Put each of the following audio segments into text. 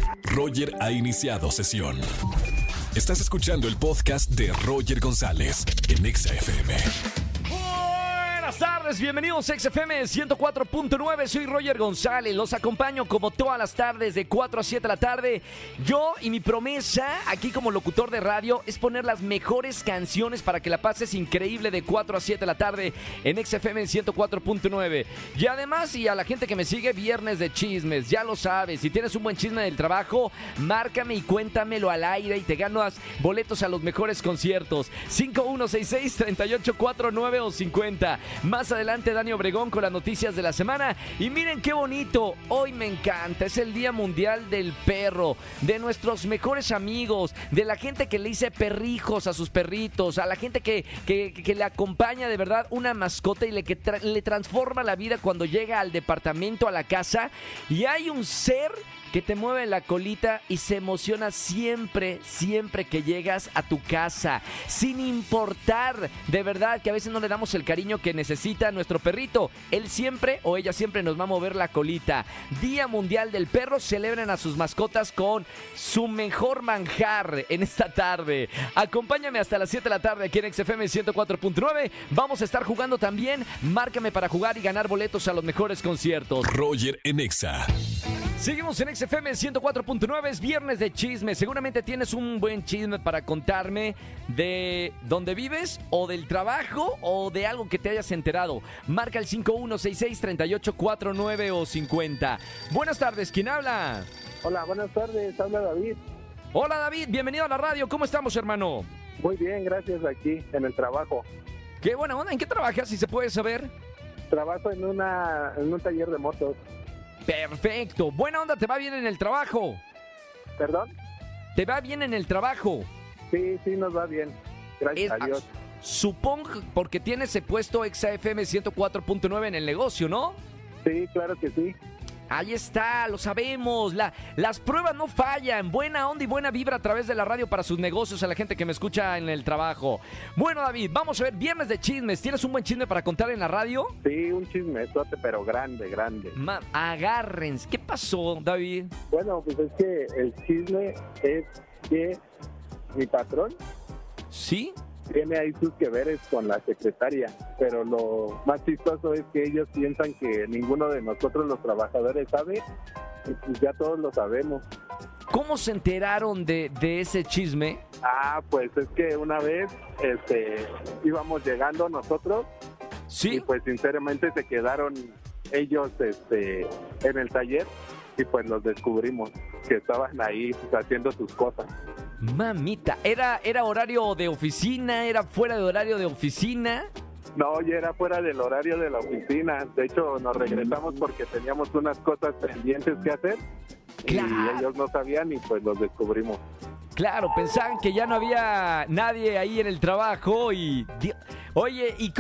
Roger ha iniciado sesión. Estás escuchando el podcast de Roger González en Exa FM. Buenas tardes, bienvenidos a XFM 104.9, soy Roger González, los acompaño como todas las tardes de 4 a 7 de la tarde. Yo y mi promesa aquí como locutor de radio es poner las mejores canciones para que la pases increíble de 4 a 7 de la tarde en XFM 104.9. Y además, y a la gente que me sigue, viernes de chismes, ya lo sabes, si tienes un buen chisme del trabajo, márcame y cuéntamelo al aire y te ganas boletos a los mejores conciertos. 5166-3849 o 50. Más adelante Dani Obregón con las noticias de la semana. Y miren qué bonito, hoy me encanta, es el Día Mundial del Perro, de nuestros mejores amigos, de la gente que le dice perrijos a sus perritos, a la gente que le acompaña de verdad una mascota y le transforma la vida cuando llega al departamento, a la casa. Y hay un ser que te mueve la colita y se emociona siempre que llegas a tu casa, sin importar, de verdad, que a veces no le damos el cariño que necesita nuestro perrito. Él siempre o ella siempre nos va a mover la colita. Día Mundial del Perro, celebran a sus mascotas con su mejor manjar en esta tarde. Acompáñame hasta las 7 de la tarde aquí en XFM 104.9. Vamos a estar jugando también. Márcame para jugar y ganar boletos a los mejores conciertos. Roger en Exa. Seguimos en XFM 104.9, es viernes de chisme. Seguramente tienes un buen chisme para contarme de dónde vives, o del trabajo, o de algo que te hayas enterado. Marca el 5166-3849 o 50. Buenas tardes, ¿quién habla? Hola, buenas tardes, habla David. Hola David, bienvenido a la radio, ¿cómo estamos, hermano? Muy bien, gracias, aquí en el trabajo. Qué buena onda, ¿en qué trabajas, si se puede saber? Trabajo en un taller de motos. Perfecto, buena onda, ¿te va bien en el trabajo? ¿Perdón? ¿Te va bien en el trabajo? Sí, nos va bien, gracias a Dios. Supongo porque tienes ese puesto XFM 104.9 en el negocio, ¿no? Sí, claro que sí. Ahí está, lo sabemos. Las pruebas no fallan. Buena onda y buena vibra a través de la radio para sus negocios, a la gente que me escucha en el trabajo. Bueno, David, vamos a ver, viernes de chismes. ¿Tienes un buen chisme para contar en la radio? Sí, un chismesote, pero grande. Agárrense. ¿Qué pasó, David? Bueno, pues es que el chisme es que mi patrón... ¿Sí? Tiene ahí sus que veres con la secretaria, pero lo más chistoso es que ellos piensan que ninguno de nosotros los trabajadores sabe, y pues ya todos lo sabemos. ¿Cómo se enteraron de ese chisme? Pues es que una vez íbamos llegando nosotros, ¿sí? Y pues sinceramente se quedaron ellos en el taller y pues los descubrimos que estaban ahí pues, haciendo sus cosas. Mamita, ¿era horario de oficina? ¿Era fuera de horario de oficina? No, ya era fuera del horario de la oficina. De hecho, nos regresamos porque teníamos unas cosas pendientes que hacer. Claro. Y ellos no sabían y pues los descubrimos. Claro, pensaban que ya no había nadie ahí en el trabajo y... Oye, ¿y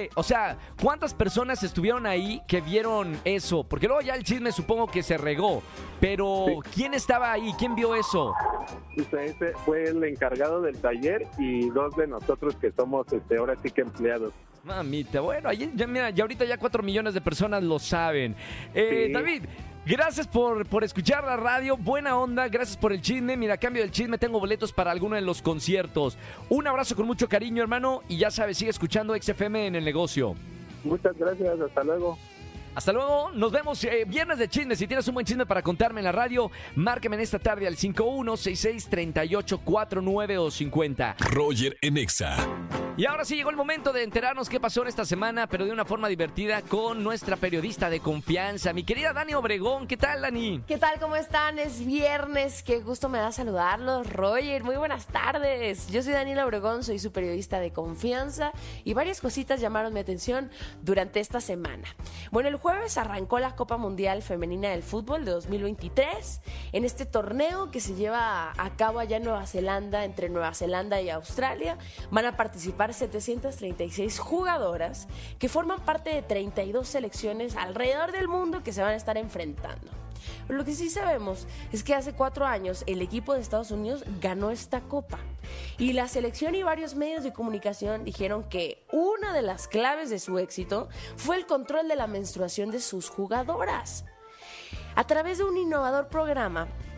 cuántas personas estuvieron ahí que vieron eso? Porque luego ya el chisme supongo que se regó, pero sí. ¿Quién estaba ahí? ¿Quién vio eso? Ese fue el encargado del taller y dos de nosotros que somos ahora sí que empleados. Mamita, bueno, ya ahorita ya 4 millones de personas lo saben. Sí. David, gracias por escuchar la radio, buena onda, gracias por el chisme. Mira, a cambio del chisme tengo boletos para alguno de los conciertos. Un abrazo con mucho cariño, hermano, y ya sabes, sigue escuchando XFM en el negocio. Muchas gracias, hasta luego. Hasta luego, nos vemos viernes de chisme. Si tienes un buen chisme para contarme en la radio, márqueme en esta tarde al 5166-3849 o 50. Roger en Exa. Y ahora sí llegó el momento de enterarnos qué pasó en esta semana, pero de una forma divertida con nuestra periodista de confianza, mi querida Dani Obregón. ¿Qué tal, Dani? ¿Qué tal? ¿Cómo están? Es viernes, qué gusto me da saludarlos. Roger, muy buenas tardes. Yo soy Daniela Obregón, soy su periodista de confianza y varias cositas llamaron mi atención durante esta semana. Bueno, el jueves arrancó la Copa Mundial Femenina del Fútbol de 2023. En este torneo que se lleva a cabo allá en Nueva Zelanda, entre Nueva Zelanda y Australia, van a participar 736 jugadoras que forman parte de 32 selecciones alrededor del mundo que se van a estar enfrentando. Pero lo que sí sabemos es que hace 4 años el equipo de Estados Unidos ganó esta copa y la selección y varios medios de comunicación dijeron que una de las claves de su éxito fue el control de la menstruación de sus jugadoras. A través de un innovador programa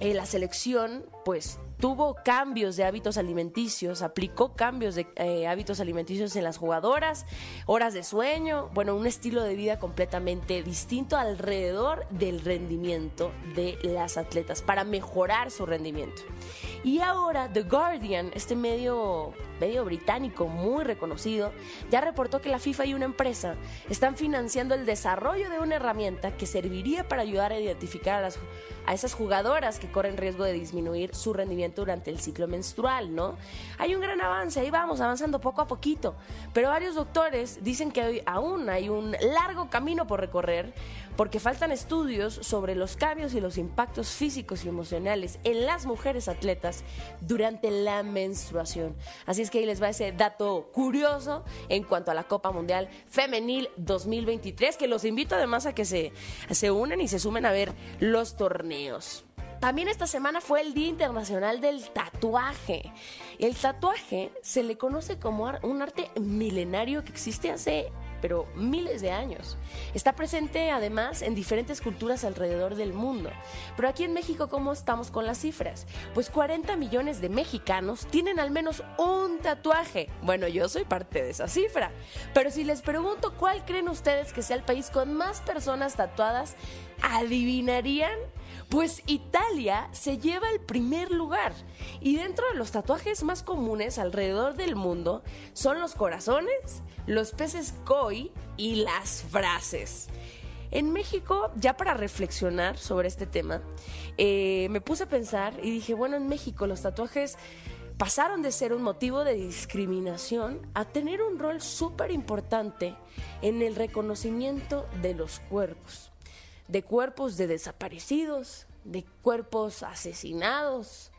la selección pues tuvo cambios de hábitos alimenticios, aplicó cambios de hábitos alimenticios en las jugadoras, horas de sueño, bueno, un estilo de vida completamente distinto alrededor del rendimiento de las atletas para mejorar su rendimiento. Y ahora The Guardian, este medio británico muy reconocido, ya reportó que la FIFA y una empresa están financiando el desarrollo de una herramienta que serviría para ayudar a identificar a esas jugadoras que corren riesgo de disminuir su rendimiento durante el ciclo menstrual, ¿no? Hay un gran avance, ahí vamos, avanzando poco a poquito, pero varios doctores dicen que aún hay un largo camino por recorrer porque faltan estudios sobre los cambios y los impactos físicos y emocionales en las mujeres atletas durante la menstruación. Así es que ahí les va ese dato curioso en cuanto a la Copa Mundial Femenil 2023, que los invito además a que se unan y se sumen a ver los torneos. También esta semana fue el Día Internacional del Tatuaje. El tatuaje se le conoce como un arte milenario que existe hace miles de años. Está presente además en diferentes culturas alrededor del mundo. Pero aquí en México, ¿cómo estamos con las cifras? Pues 40 millones de mexicanos tienen al menos un tatuaje. Bueno, yo soy parte de esa cifra. Pero si les pregunto cuál creen ustedes que sea el país con más personas tatuadas, ¿adivinarían? Pues Italia se lleva el primer lugar. Y dentro de los tatuajes más comunes alrededor del mundo son los corazones, los peces koi y las frases. En México, ya para reflexionar sobre este tema, me puse a pensar y dije, bueno, en México los tatuajes pasaron de ser un motivo de discriminación a tener un rol súper importante en el reconocimiento de los cuerpos. De cuerpos de desaparecidos, de cuerpos asesinados.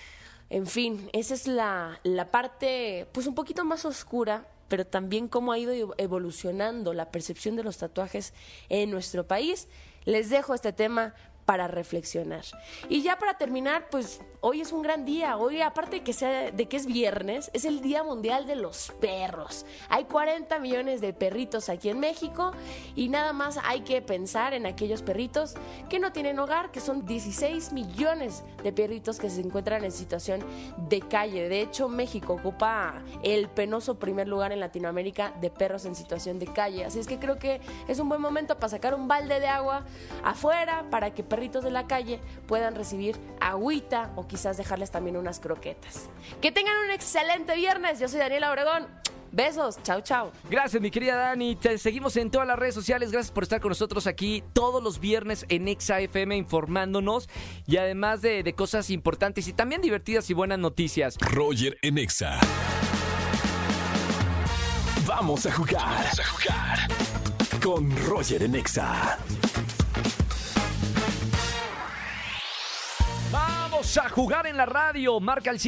En fin, esa es la parte pues un poquito más oscura, pero también cómo ha ido evolucionando la percepción de los tatuajes en nuestro país. Les dejo este tema para reflexionar. Y ya para terminar, pues hoy es un gran día. Hoy, aparte de que es viernes, es el Día Mundial de los Perros. Hay 40 millones de perritos aquí en México y nada más hay que pensar en aquellos perritos que no tienen hogar, que son 16 millones de perritos que se encuentran en situación de calle. De hecho, México ocupa el penoso primer lugar en Latinoamérica de perros en situación de calle. Así es que creo que es un buen momento para sacar un balde de agua afuera para que perritos de la calle puedan recibir agüita o quizás dejarles también unas croquetas. Que tengan un excelente viernes. Yo soy Daniela Obregón. Besos, chao, chao. Gracias, mi querida Dani. Te seguimos en todas las redes sociales. Gracias por estar con nosotros aquí todos los viernes en Exa FM informándonos y además de cosas importantes y también divertidas y buenas noticias. Roger en Exa. Vamos a jugar. Vamos a jugar con Roger en Exa. Vamos a jugar en la radio. Marca el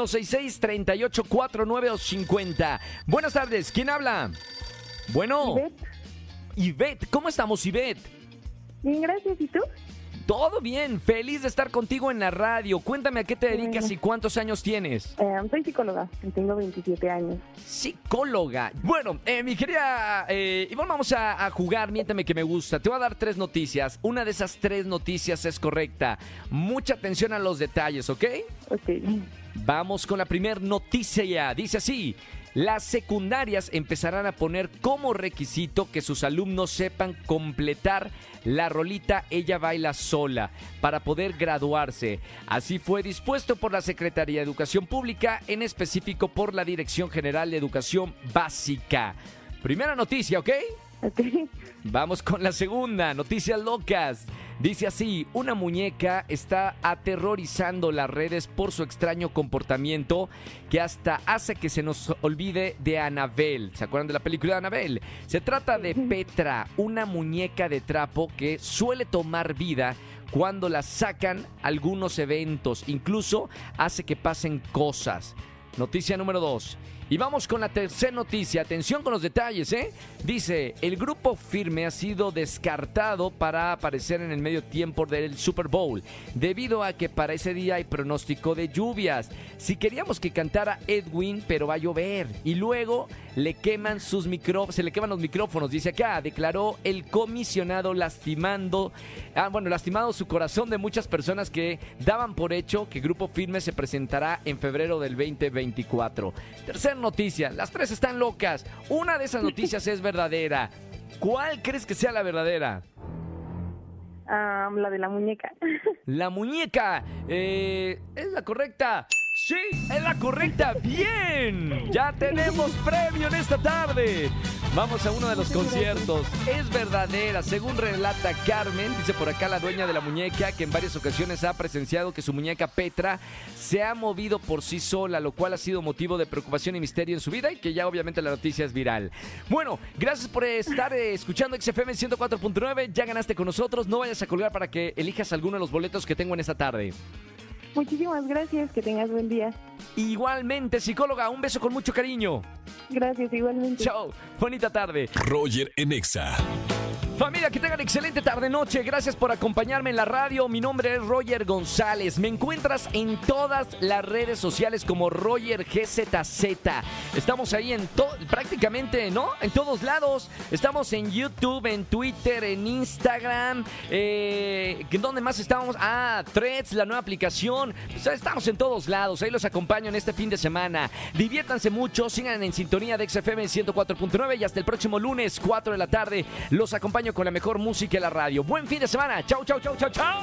5166-3849-50. Buenas tardes. ¿Quién habla? Bueno. Ivette. ¿Cómo estamos, Ivette? Bien, gracias. ¿Y tú? Todo bien. Feliz de estar contigo en la radio. Cuéntame a qué te dedicas y cuántos años tienes. Soy psicóloga y tengo 27 años. Psicóloga. Bueno, mi querida Ivonne, vamos a jugar. Miéntame que me gusta. Te voy a dar 3 noticias. Una de esas 3 noticias es correcta. Mucha atención a los detalles, ¿ok? Ok. Vamos con la primera noticia. Dice así: las secundarias empezarán a poner como requisito que sus alumnos sepan completar la rolita Ella Baila Sola para poder graduarse. Así fue dispuesto por la Secretaría de Educación Pública, en específico por la Dirección General de Educación Básica. Primera noticia, ¿ok? Ok. Vamos con la segunda. Noticias locas. Dice así: una muñeca está aterrorizando las redes por su extraño comportamiento que hasta hace que se nos olvide de Annabelle. ¿Se acuerdan de la película de Annabelle? Se trata de Petra, una muñeca de trapo que suele tomar vida cuando la sacan algunos eventos. Incluso hace que pasen cosas. Noticia número 2. Y vamos con la tercera noticia. Atención con los detalles, ¿eh? Dice, el Grupo Firme ha sido descartado para aparecer en el medio tiempo del Super Bowl, debido a que para ese día hay pronóstico de lluvias. Si queríamos que cantara Edwin, pero va a llover. Y luego se le queman los micrófonos, dice acá, declaró el comisionado lastimado su corazón de muchas personas que daban por hecho que Grupo Firme se presentará en febrero del 2024. Tercera noticia, las tres están locas. Una de esas noticias es verdadera. ¿Cuál crees que sea la verdadera? La de la muñeca. La muñeca. ¿Es la correcta? Sí, es la correcta. ¡Bien! Ya tenemos premio en esta tarde. Vamos a uno de los conciertos. Es verdadera, según relata Carmen, dice por acá la dueña de la muñeca, que en varias ocasiones ha presenciado que su muñeca Petra se ha movido por sí sola, lo cual ha sido motivo de preocupación y misterio en su vida y que ya obviamente la noticia es viral. Bueno, gracias por estar escuchando XFM 104.9. Ya ganaste con nosotros. No vayas a colgar para que elijas alguno de los boletos que tengo en esta tarde. Muchísimas gracias, que tengas buen día. Igualmente, psicóloga, un beso con mucho cariño. Gracias, igualmente. Chao, bonita tarde. Roger en Exa. Familia, que tengan excelente tarde-noche. Gracias por acompañarme en la radio. Mi nombre es Roger González. Me encuentras en todas las redes sociales como Roger GZZ. Estamos ahí prácticamente, ¿no? En todos lados. Estamos en YouTube, en Twitter, en Instagram. ¿Dónde más estamos? Threads, la nueva aplicación. Pues estamos en todos lados. Ahí los acompaño en este fin de semana. Diviértanse mucho. Sigan en sintonía de XFM 104.9 y hasta el próximo lunes, 4 de la tarde. Los acompaño con la mejor música en la radio. Buen fin de semana. Chau, chau, chau, chau, chau.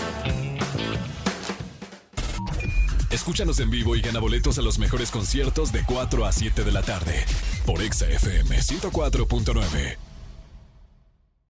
Escúchanos en vivo y gana boletos a los mejores conciertos de 4 a 7 de la tarde por Exa FM 104.9.